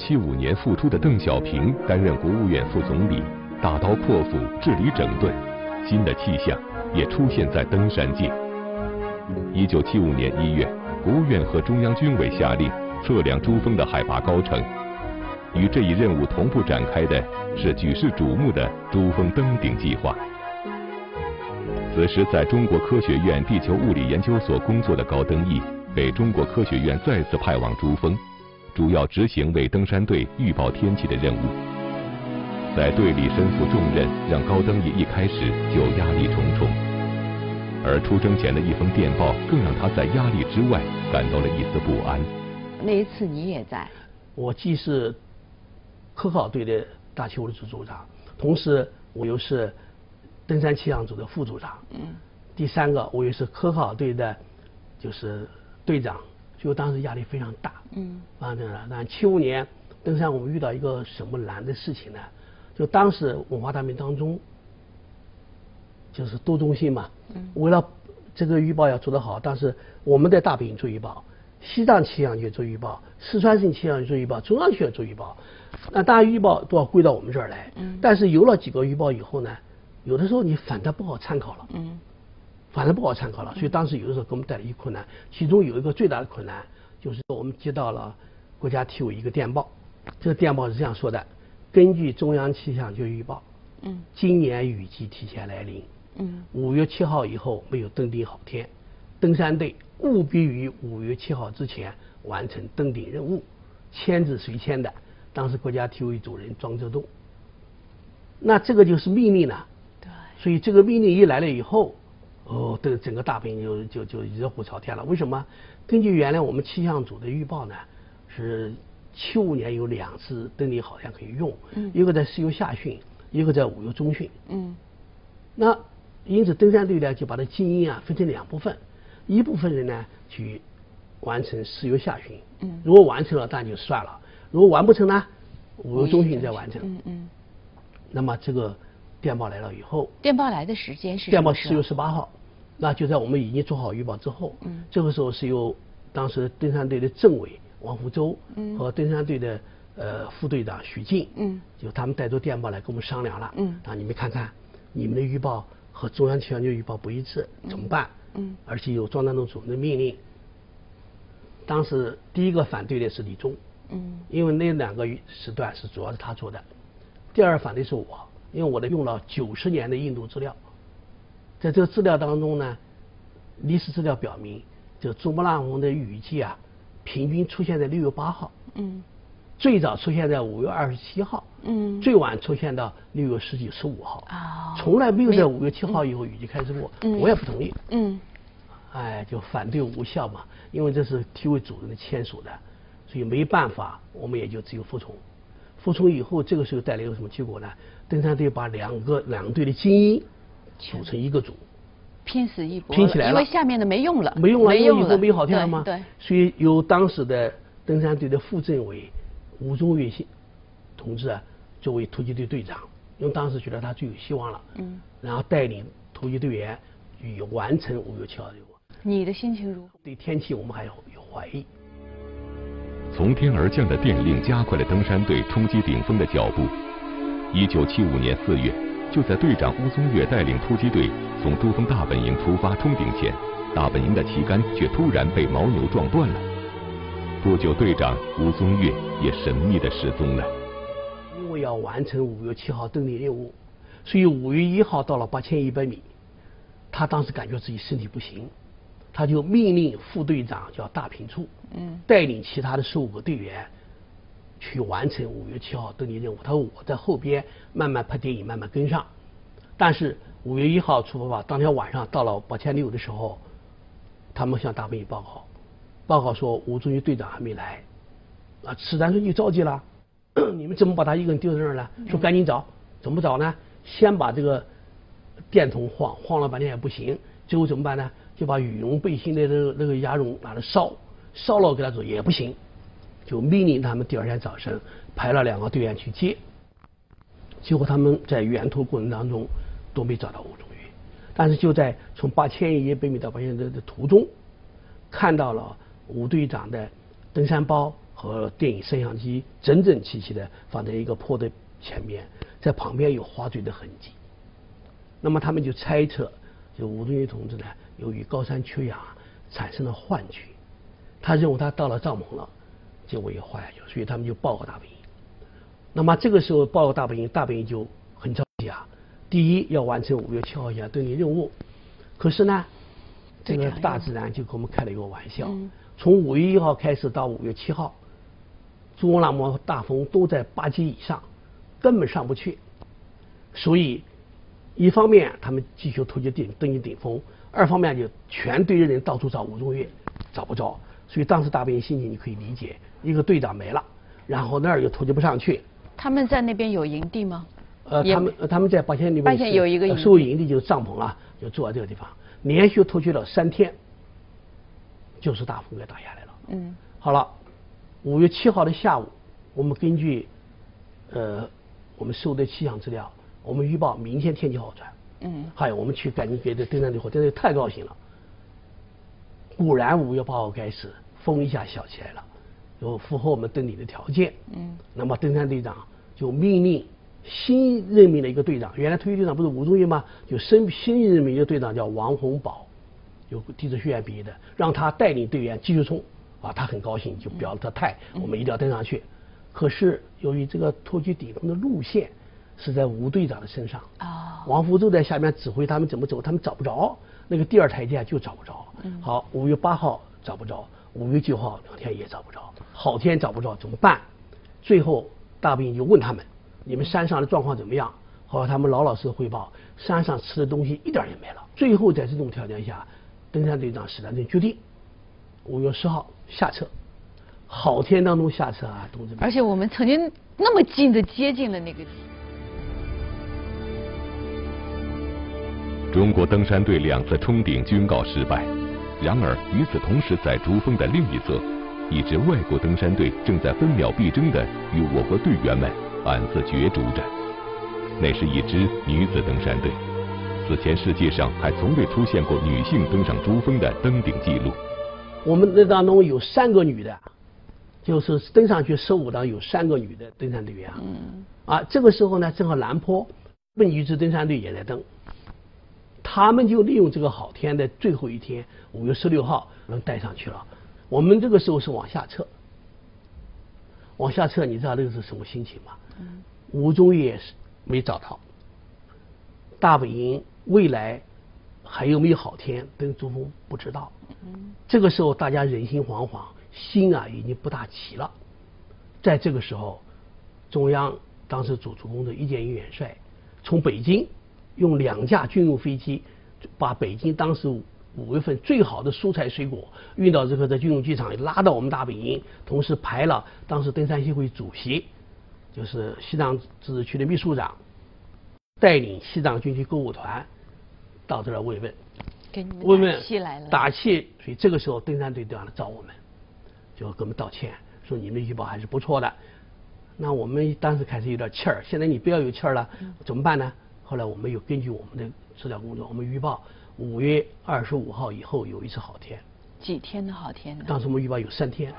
1975年复出的邓小平担任国务院副总理，大刀阔斧治理整顿，新的气象也出现在登山界。1975年1月，国务院和中央军委下令测量珠峰的海拔高程，与这一任务同步展开的是举世瞩目的珠峰登顶计划。此时，在中国科学院地球物理研究所工作的高登毅被中国科学院再次派往珠峰，主要执行为登山队预报天气的任务。在队里身负重任，让高登毅一开始就压力重重。而出征前的一封电报，更让他在压力之外感到了一丝不安。 那一次你也在？ 我既是科考队的大气物理组组长，同时我又是登山气象组的副组长。第三个，我也是科考队的，就是队长，所以我当时压力非常大。那75年登山，我们遇到一个什么难的事情呢？就当时文化大革命当中，就是多中心嘛。为了这个预报要做得好，当时我们在大本营做预报，西藏气象局做预报，四川省气象局做预报，中央气象做预报。那当然预报都要归到我们这儿来。但是有了几个预报以后呢，有的时候你反正不好参考了。反正不好参考了，所以当时有的时候给我们带来一困难，其中有一个最大的困难就是我们接到了国家体委一个电报，这个电报是这样说的：根据中央气象局预报，今年雨季提前来临，5月7号以后没有登顶好天，登山队务必于5月7号之前完成登顶任务。签字谁签的？当时国家体委主任庄则栋。那这个就是命令了。对。所以这个命令一来了以后，整个大本营就热火朝天了。为什么？根据原来我们气象组的预报呢，是75年有2次登顶好天可以用，一个在4月下旬，一个在5月中旬。那因此登山队呢就把这精英分成2部分，一部分人呢去完成4月下旬，如果完成了当然就算了，如果完不成呢，5月中旬再完成。那么这个电报来了以后， 电报来的时间是？ 电报4月18号，那就在我们已经做好预报之后，这个时候是由当时登山队的政委王福洲和登山队的副队长许静，就他们带着电报来跟我们商量了，你们看看你们的预报和中央气象局预报不一致，怎么办？而且有庄则栋主任的命令。当时第一个反对的是李忠，因为那2个时段是主要是他做的。第二反对是我，因为我用了90年的印度资料，在这个资料当中呢，历史资料表明，这珠穆朗玛峰的雨季平均出现在6月8号，最早出现在5月27号，最晚出现到6月10几、15号，从来没有在5月7号以后雨季开始过，我也不同意，就反对无效嘛，因为这是体委主任的签署的，所以没办法，我们也就只有服从。服从以后，这个时候带来有什么结果呢？登山队把两个队的精英组成一个组， 拼死一搏， 拼起来了， 因为下面的没用了， 因为以后没好天了吗？ 对， 所以由当时的登山队的副政委吴中岳同志作为突击队队长，因为当时觉得他最有希望了，然后带领突击队员完成5月7号任务。 你的心情如何？ 对天气我们还有怀疑。 从天而降的电令加快了登山队冲击顶峰的脚步。1975年4月，就在队长吴宗岳带领突击队从珠峰大本营出发冲顶前，大本营的旗杆却突然被牦牛撞断了。不久，队长吴宗岳也神秘地失踪了。 因为要完成5月7号登顶任务，所以5月1号到了8100米，他当时感觉自己身体不行。他就命令副队长叫大平处，带领其他的15个队员去完成5月7号登顶任务。他说我在后边慢慢拍电影，慢慢跟上。但是5月1号出发，当天晚上到了8600的时候，他们向大本营报告说吴中岳队长还没来。史丹顺就着急了，你们怎么把他一个人丢在那儿呢？说赶紧找，怎么找呢？先把这个电筒晃了半天也不行，最后怎么办呢？就把羽绒背心的那个鸭绒拿来烧了给他做也不行，就命令他们第2天早晨派了2个队员去接。结果他们在沿途过程当中都没找到吴中岳，但是就在从8100米到8100米的途中，看到了吴队长的登山包和电影摄像机整整齐齐的放在一个坡的前面，在旁边有滑坠的痕迹。那么他们就猜测，就吴敦义同志呢，由于高山缺氧产生了幻觉，他认为他到了帐篷了，结果也滑下去了，所以他们就报告大本营。那么这个时候报告大本营，大本营就很着急啊。第一要完成5月7号以前登顶任务，可是呢，这个大自然就给我们开了一个玩笑。从5月1号开始到5月7号，珠穆朗玛峰大风都在8级以上，根本上不去。所以，一方面他们继续突击登顶顶峰，二方面就全队人到处找吴中岳，找不着。所以当时大本营心情你可以理解，一个队长没了，然后那儿又突击不上去。 他们在那边有营地吗？ 他们在八仙里面有一个收营地，就是帐篷啊，就住在这个地方，连续突击了3天，就是大风给打下来了。好了，5月7号的下午，我们根据我们收的气象资料，我们预报明天天气好转。还有我们去赶紧给这登山队伙，登山队太高兴了。果然5月8号开始，风一下小起来了，有符合我们登顶的条件。那么登山队长就命令新任命了一个队长，原来退役队长不是吴中岳吗？就新任命一个队长叫王洪宝，有地质学院毕业的，让他带领队员继续冲啊，他很高兴，就表了他态，我们一定要登上去。可是由于这个突击顶峰的路线是在吴队长的身上，王福州在下面指挥他们怎么走，他们找不着那个第2台阶就找不着。好，5月8号找不着，5月9号2天也找不着，好天找不着怎么办？最后大本营就问他们，你们山上的状况怎么样？后来他们老老实实汇报，山上吃的东西一点也没了。最后在这种条件下，登山队长史丹顿决定5月10号下撤。好天当中下撤啊，同志们！ 而且我们曾经那么近的接近了那个。 中国登山队2次冲顶均告失败。然而与此同时，在珠峰的另一侧，一支外国登山队正在分秒必争地与我国队员们暗自角逐着。那是一支女子登山队，此前世界上还从未出现过女性登上珠峰的登顶记录。 我们那当中有3个女的，就是登上去15档有3个女的登山队员。这个时候呢，正好南坡女子登山队也在登，他们就利用这个好天的最后一天，5月16号能带上去了。我们这个时候是往下撤，往下撤，你知道这个是什么心情吗？吴中岳没找到，大本营未来还有没有好天登珠峰不知道。这个时候大家人心惶惶，心啊已经不大齐了。在这个时候，中央当时主珠峰的1舰1元帅从北京用2架军用飞机，把北京当时5月份最好的蔬菜水果运到这个在军用机场，拉到我们大本营，同时排了当时登山协会主席，就是西藏自治区的秘书长，带领西藏军区歌舞团到这儿慰问， 给你们打气来了， 打气。所以这个时候登山队长来找我们，就给我们道歉，说你们预报还是不错的。那我们当时开始有点气儿，现在你不要有气儿了，怎么办呢？后来我们又根据我们的资料工作，我们预报5月25号以后有一次好天。 几天的好天呢？ 当时我们预报有3天。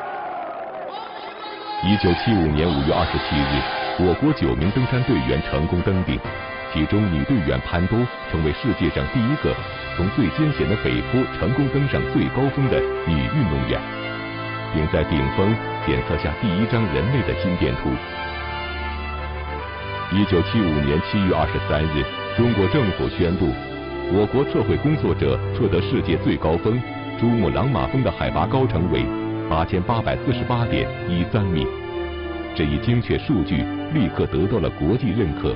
1975年5月27日，我国9名登山队员成功登顶，其中女队员潘多成为世界上第一个从最艰险的北坡成功登上最高峰的女运动员，并在顶峰检测下第一张人类的心电图。1975年7月23日，中国政府宣布，我国测绘工作者测得世界最高峰珠穆朗玛峰的海拔高程为8848.13米。这一精确数据立刻得到了国际认可。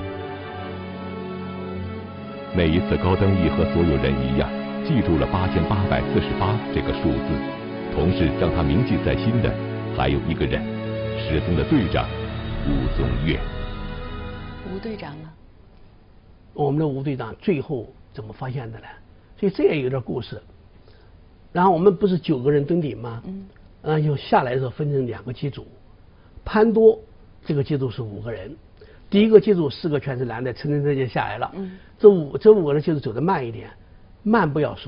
那一次高登亦和所有人一样，记住了8848这个数字，同时让他铭记在心的还有一个人，失踪的队长吴宗岳。 吴队长呢？ 我们的吴队长最后怎么发现的呢？所以这也有点故事。然后我们不是9个人登顶吗？就下来的时候分成2个机组，潘多这个机组是5个人，第一个机组4个全是男的，层层就下来了。这5个人机组走得慢一点，慢不要说，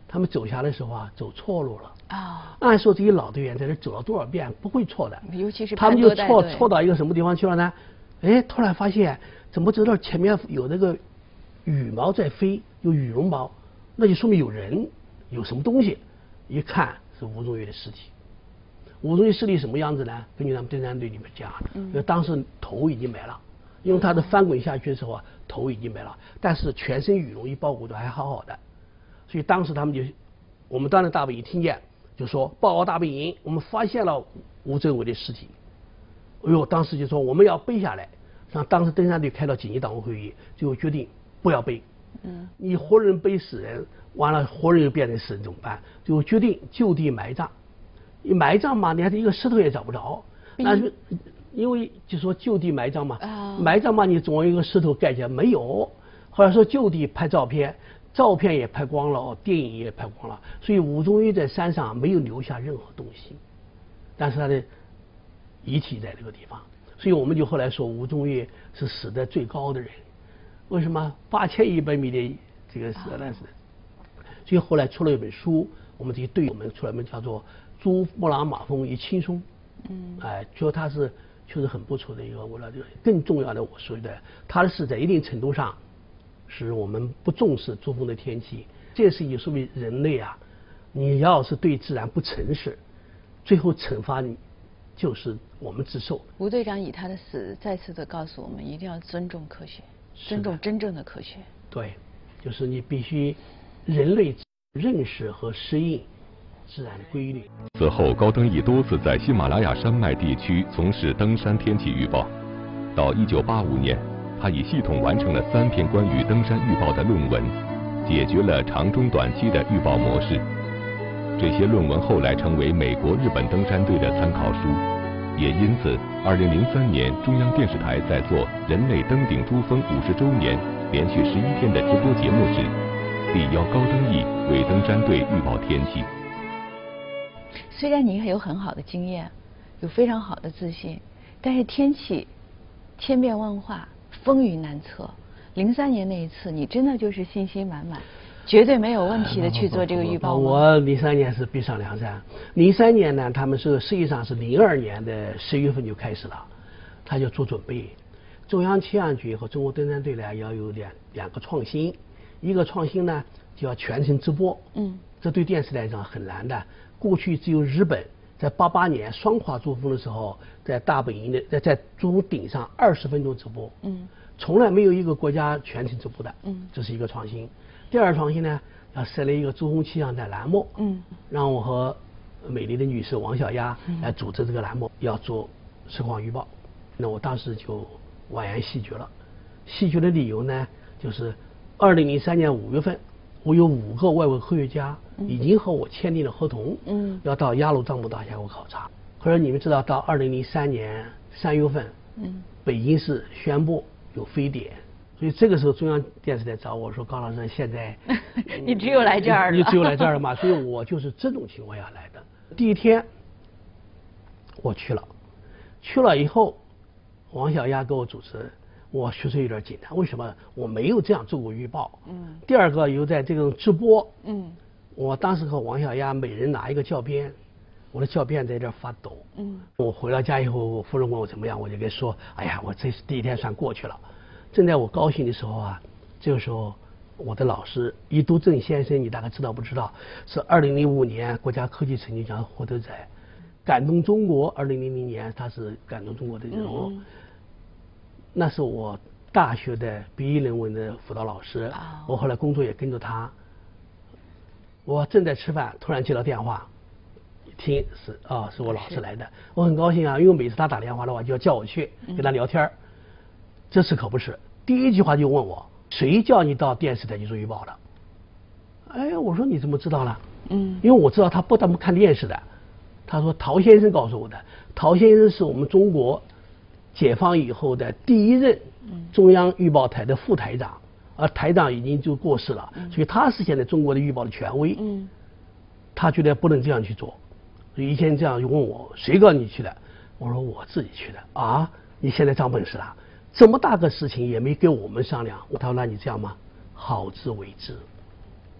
他们走下来的时候啊，走错路了。啊，按说这些老队员在这走了多少遍不会错的， 尤其是他们就错到一个什么地方去了呢？哎，突然发现怎么走到前面有那个羽毛在飞，有羽绒毛，那就说明有人，有什么东西。一看是吴中岳的尸体。吴中岳尸体什么样子呢？根据他们登山队里面讲，因为当时头已经没了，因为他的翻滚下去的时候啊，头已经没了，但是全身羽绒衣包裹的还好好的，所以当时他们就，我们当时大本营听见就说报告大本营，我们发现了吴政委的尸体。哎呦，当时就说我们要背下来，让当时登山队开了紧急党务会议，最后决定不要背。你活人背死人，完了活人又变成死人怎么办？最后决定就地埋葬。一埋葬嘛，你看一个石头也找不着，那就因为就说就地埋葬嘛，埋葬嘛你总有一个石头盖起来，没有。后来说就地拍照片，照片也拍光了，电影也拍光了，所以吴中岳在山上没有留下任何东西，但是他的遗体在这个地方，所以我们就后来说吴中岳是死得最高的人。为什么8100米的这个死难死？所以后来出了一本书，我们这些队友们出来，叫做《珠穆朗玛峰一轻松》。觉得他是确实很不错的一个。我了，更重要的，我说的，他的是在一定程度上，是我们不重视珠峰的天气。这个事情说明人类啊，你要是对自然不诚实，最后惩罚你就是我们自受。 吴队长以他的死再次的告诉我们，一定要尊重科学，尊重真正的科学。 对，就是你必须人类认识和适应自然规律。 此后，高登义多次在喜马拉雅山脉地区从事登山天气预报。到1985年，他已系统完成了3篇关于登山预报的论文，解决了长中短期的预报模式。这些论文后来成为美国、日本登山队的参考书。也因此，2003年中央电视台在做人类登顶珠峰50周年连续11天的直播节目时，力邀高登义为登山队预报天气。 虽然你有很好的经验，有非常好的自信，但是天气千变万化，风雨难测。03年那一次，你真的就是信心满满，绝对没有问题的去做这个预报吗？ 我03年是逼上梁山。03年呢，他们是实际上是02年的10月份就开始了，他就做准备。中央气象局和中国登山队呢要有两个创新，一个创新呢就要全程直播。这对电视来讲很难的。过去只有日本在88年双跨珠峰的时候，在大本营的在珠峰顶上20分钟直播。从来没有一个国家全程直播的。这是一个创新。第二创新呢，要设立一个珠峰气象台栏目。让我和美丽的女士王小丫来组织这个栏目，要做实况预报。那我当时就婉言谢绝了。谢绝的理由呢，就是2003年5月份，我有5个外国科学家已经和我签订了合同，要到雅鲁藏布大峡谷考察。可是你们知道，到2003年3月份，北京市宣布有非典，所以这个时候中央电视台找我说：“高老师，现在你只有来这儿了， 你只有来这儿了嘛。”所以我就是这种情况下来的。第一天我去了以后，王小丫给我主持。我确实有点紧张，为什么？我没有这样做过预报。第二个又在这种直播。我当时和王小丫每人拿一个教鞭，我的教鞭在这发抖。我回到家以后，我夫人问我怎么样，我就跟说：“哎呀，我这第一天算过去了。”正在我高兴的时候啊，这个时候我的老师易都正先生，你大概知道不知道？是2005年国家科技成就奖获得者，感动中国。2000年他是感动中国的人物。那是我大学的毕业论文的辅导老师，我后来工作也跟着他。我正在吃饭，突然接到电话，一听是我老师来的，我很高兴啊，因为每次他打电话的话就要叫我去跟他聊天。这次可不是，第一句话就问我：“谁叫你到电视台去做预报的？”哎，我说你怎么知道了？因为我知道他不但不看电视的。他说陶先生告诉我的，陶先生是我们中国解放以后的第一任中央预报台的副台长，而台长已经就过世了，所以他是现在中国的预报的权威。他觉得不能这样去做，所以以前这样就问我：“谁告诉你去的？”我说：“我自己去的。”啊，你现在长本事了，这么大个事情也没跟我们商量。他说：“那你这样吗？好自为之。”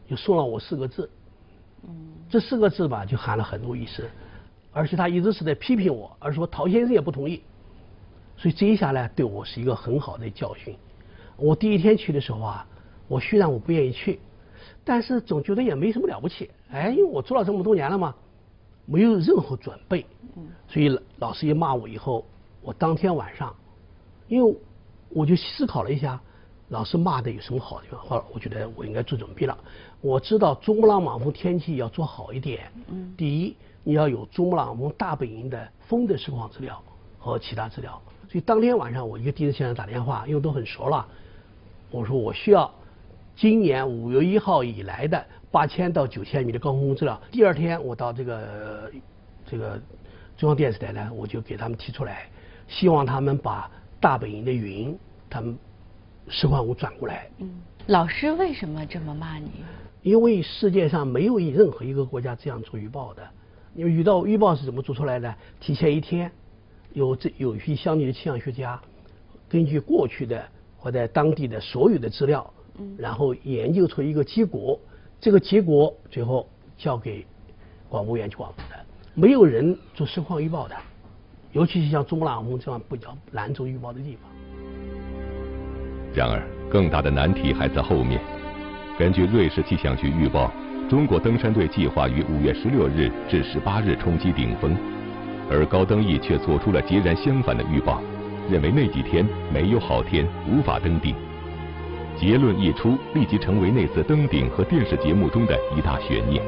就送了我4个字。这4个字吧，就含了很多意思，而且他一直是在批评我，而说陶先生也不同意。所以这一下呢，对我是一个很好的教训。我第1天去的时候啊，我虽然我不愿意去，但是总觉得也没什么了不起。因为我做了这么多年了嘛，没有任何准备。所以老师一骂我以后，我当天晚上，因为我就思考了一下，老师骂的有什么好的地方？后来我觉得我应该做准备了。我知道珠穆朗玛峰天气要做好一点。第一，你要有珠穆朗玛峰大本营的风的实况资料和其他资料。所以当天晚上我一个地质先生打电话，因为都很熟了，我说我需要今年5月1号以来的8000到9000米的高空资料。第2天我到这个中央电视台呢，我就给他们提出来，希望他们把大本营的云他们实况物转过来。 老师为什么这么骂你？ 因为世界上没有任何一个国家这样做预报的。因为预报是怎么做出来的？提前1天，有一批当地的气象学家，根据过去的或者当地的所有的资料，然后研究出一个结果，这个结果最后交给广播员去广播的。没有人做实况预报的，尤其是像珠穆朗玛峰这样比较难做预报的地方。 然而，更大的难题还在后面。根据瑞士气象局预报，中国登山队计划于5月16日至18日冲击顶峰，而高登毅却做出了截然相反的预报，认为那几天没有好天，无法登顶。结论一出，立即成为那次登顶和电视节目中的一大悬念。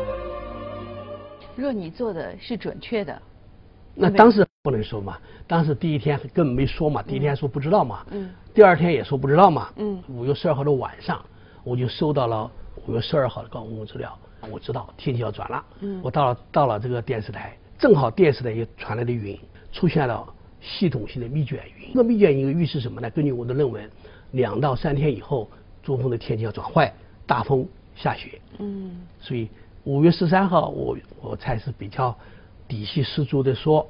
若你做的是准确的， 那当时不能说嘛，当时第1天根本没说嘛，第1天说不知道嘛，第2天也说不知道嘛，5月12号的晚上，我就收到了5月12号的高空资料，我知道天气要转了，我到了这个电视台，正好电视台也传来的云出现了系统性的密卷云。这个密卷云预示什么呢？根据我的论文，2到3天以后，珠峰的天气要转坏，大风下雪。所以5月13号我才是比较底气十足的说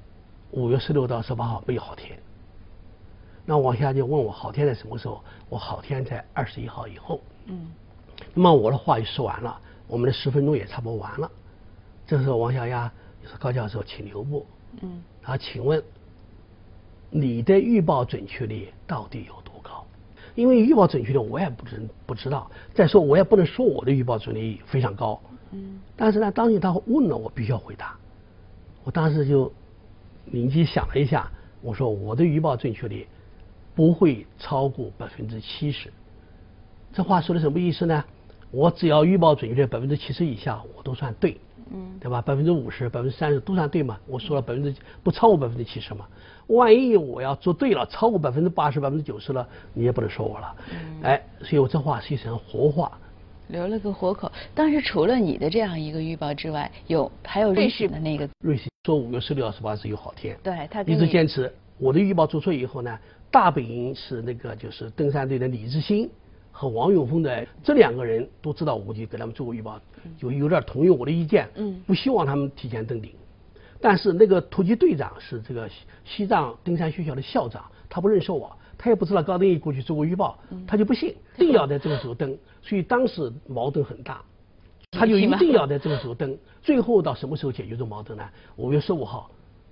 ，5月16到18号没有好天。那往下就问我好天在什么时候？我好天在21号以后。那么我的话就说完了，我们的10分钟也差不多完了。这时候王小丫就是高教授请留步。他请问你的预报准确率到底有多高？因为预报准确率我也不知道。再说我也不能说我的预报准确率非常高。但是呢，当时他问了，我必须要回答。我当时就灵机想了一下，我说我的预报准确率不会超过70%。这话说的什么意思呢？我只要预报准确率70%以下，我都算对，对吧？50%、30%都算对嘛。我说了不超过70%嘛。万一我要做对了，超过80%、90%了，你也不能说我了。所以我这话是一层活话。 留了个活口。当时除了你的这样一个预报之外，还有瑞士的那个。 瑞士说5月16号、18日有好天。 对，他一直坚持。我的预报做出以后呢，大本营是就是登山队的李志新和王永峰的这2个人都知道，我就给他们做过预报，就有点同意我的意见，不希望他们提前登顶。但是那个突击队长是这个西藏登山学校的校长，他不认识我。他也不知道高登毅过去做过预报，他就不信，一定要在这个时候登，所以当时矛盾很大，他就一定要在这个时候登。最后到什么时候解决这个矛盾呢？5月15号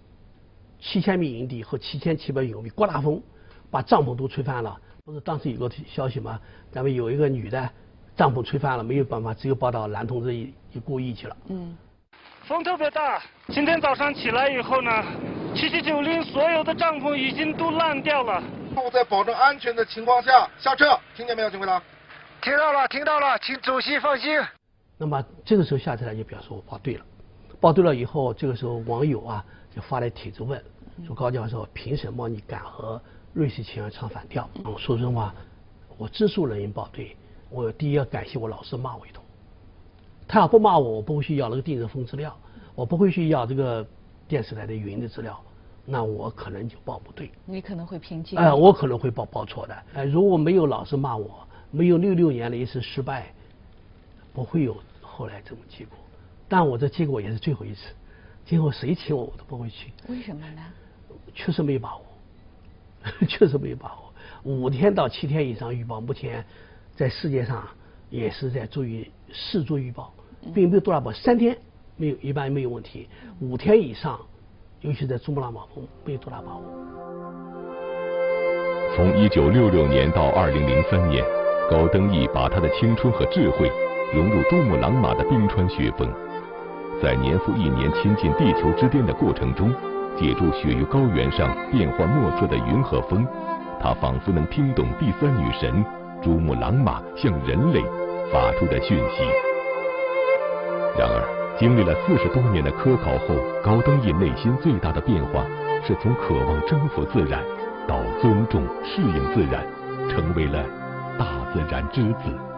，7000米营地和7700米刮大风，把帐篷都吹翻了。不是当时有个消息吗？咱们有一个女的帐篷吹翻了，没有办法，只有报到男同志就过夜去了。 风特别大，今天早上起来以后呢，7790所有的帐篷已经都烂掉了。 在保证安全的情况下下撤，听见没有，警卫长？ 听到了，请主席放心。 那么这个时候下撤来就表示我报对了，报对了以后，这个时候网友啊就发来帖子问，说高教授凭什么你敢和瑞士气象唱反调？说实话，我之所以能报对，我第一要感谢我老师骂我一通。他要不骂我，我不会去要那个地热风资料，我不会去要这个电视台的云的资料，那我可能就报不对。 你可能会平静。 我可能会报错的。如果没有老师骂我，没有66年的一次失败，不会有后来这种结果。但我这结果也是最后一次，今后谁请我都不会去。 为什么呢？ 确实没把握，确实没把握。5天到7天以上预报，目前在世界上也是在注意视作预报，并没有多大保，3天一般没有问题，5天以上，尤其在珠穆朗玛峰没有多大把握。 从1966年到2003年，高登义把他的青春和智慧融入珠穆朗玛的冰川雪峰，在年复一年亲近地球之巅的过程中，借助雪域高原上变幻莫测的云和风，他仿佛能听懂第3女神珠穆朗玛向人类发出的讯息。然而，经历了40多年的科考后，高登义内心最大的变化是从渴望征服自然到尊重适应自然，成为了大自然之子。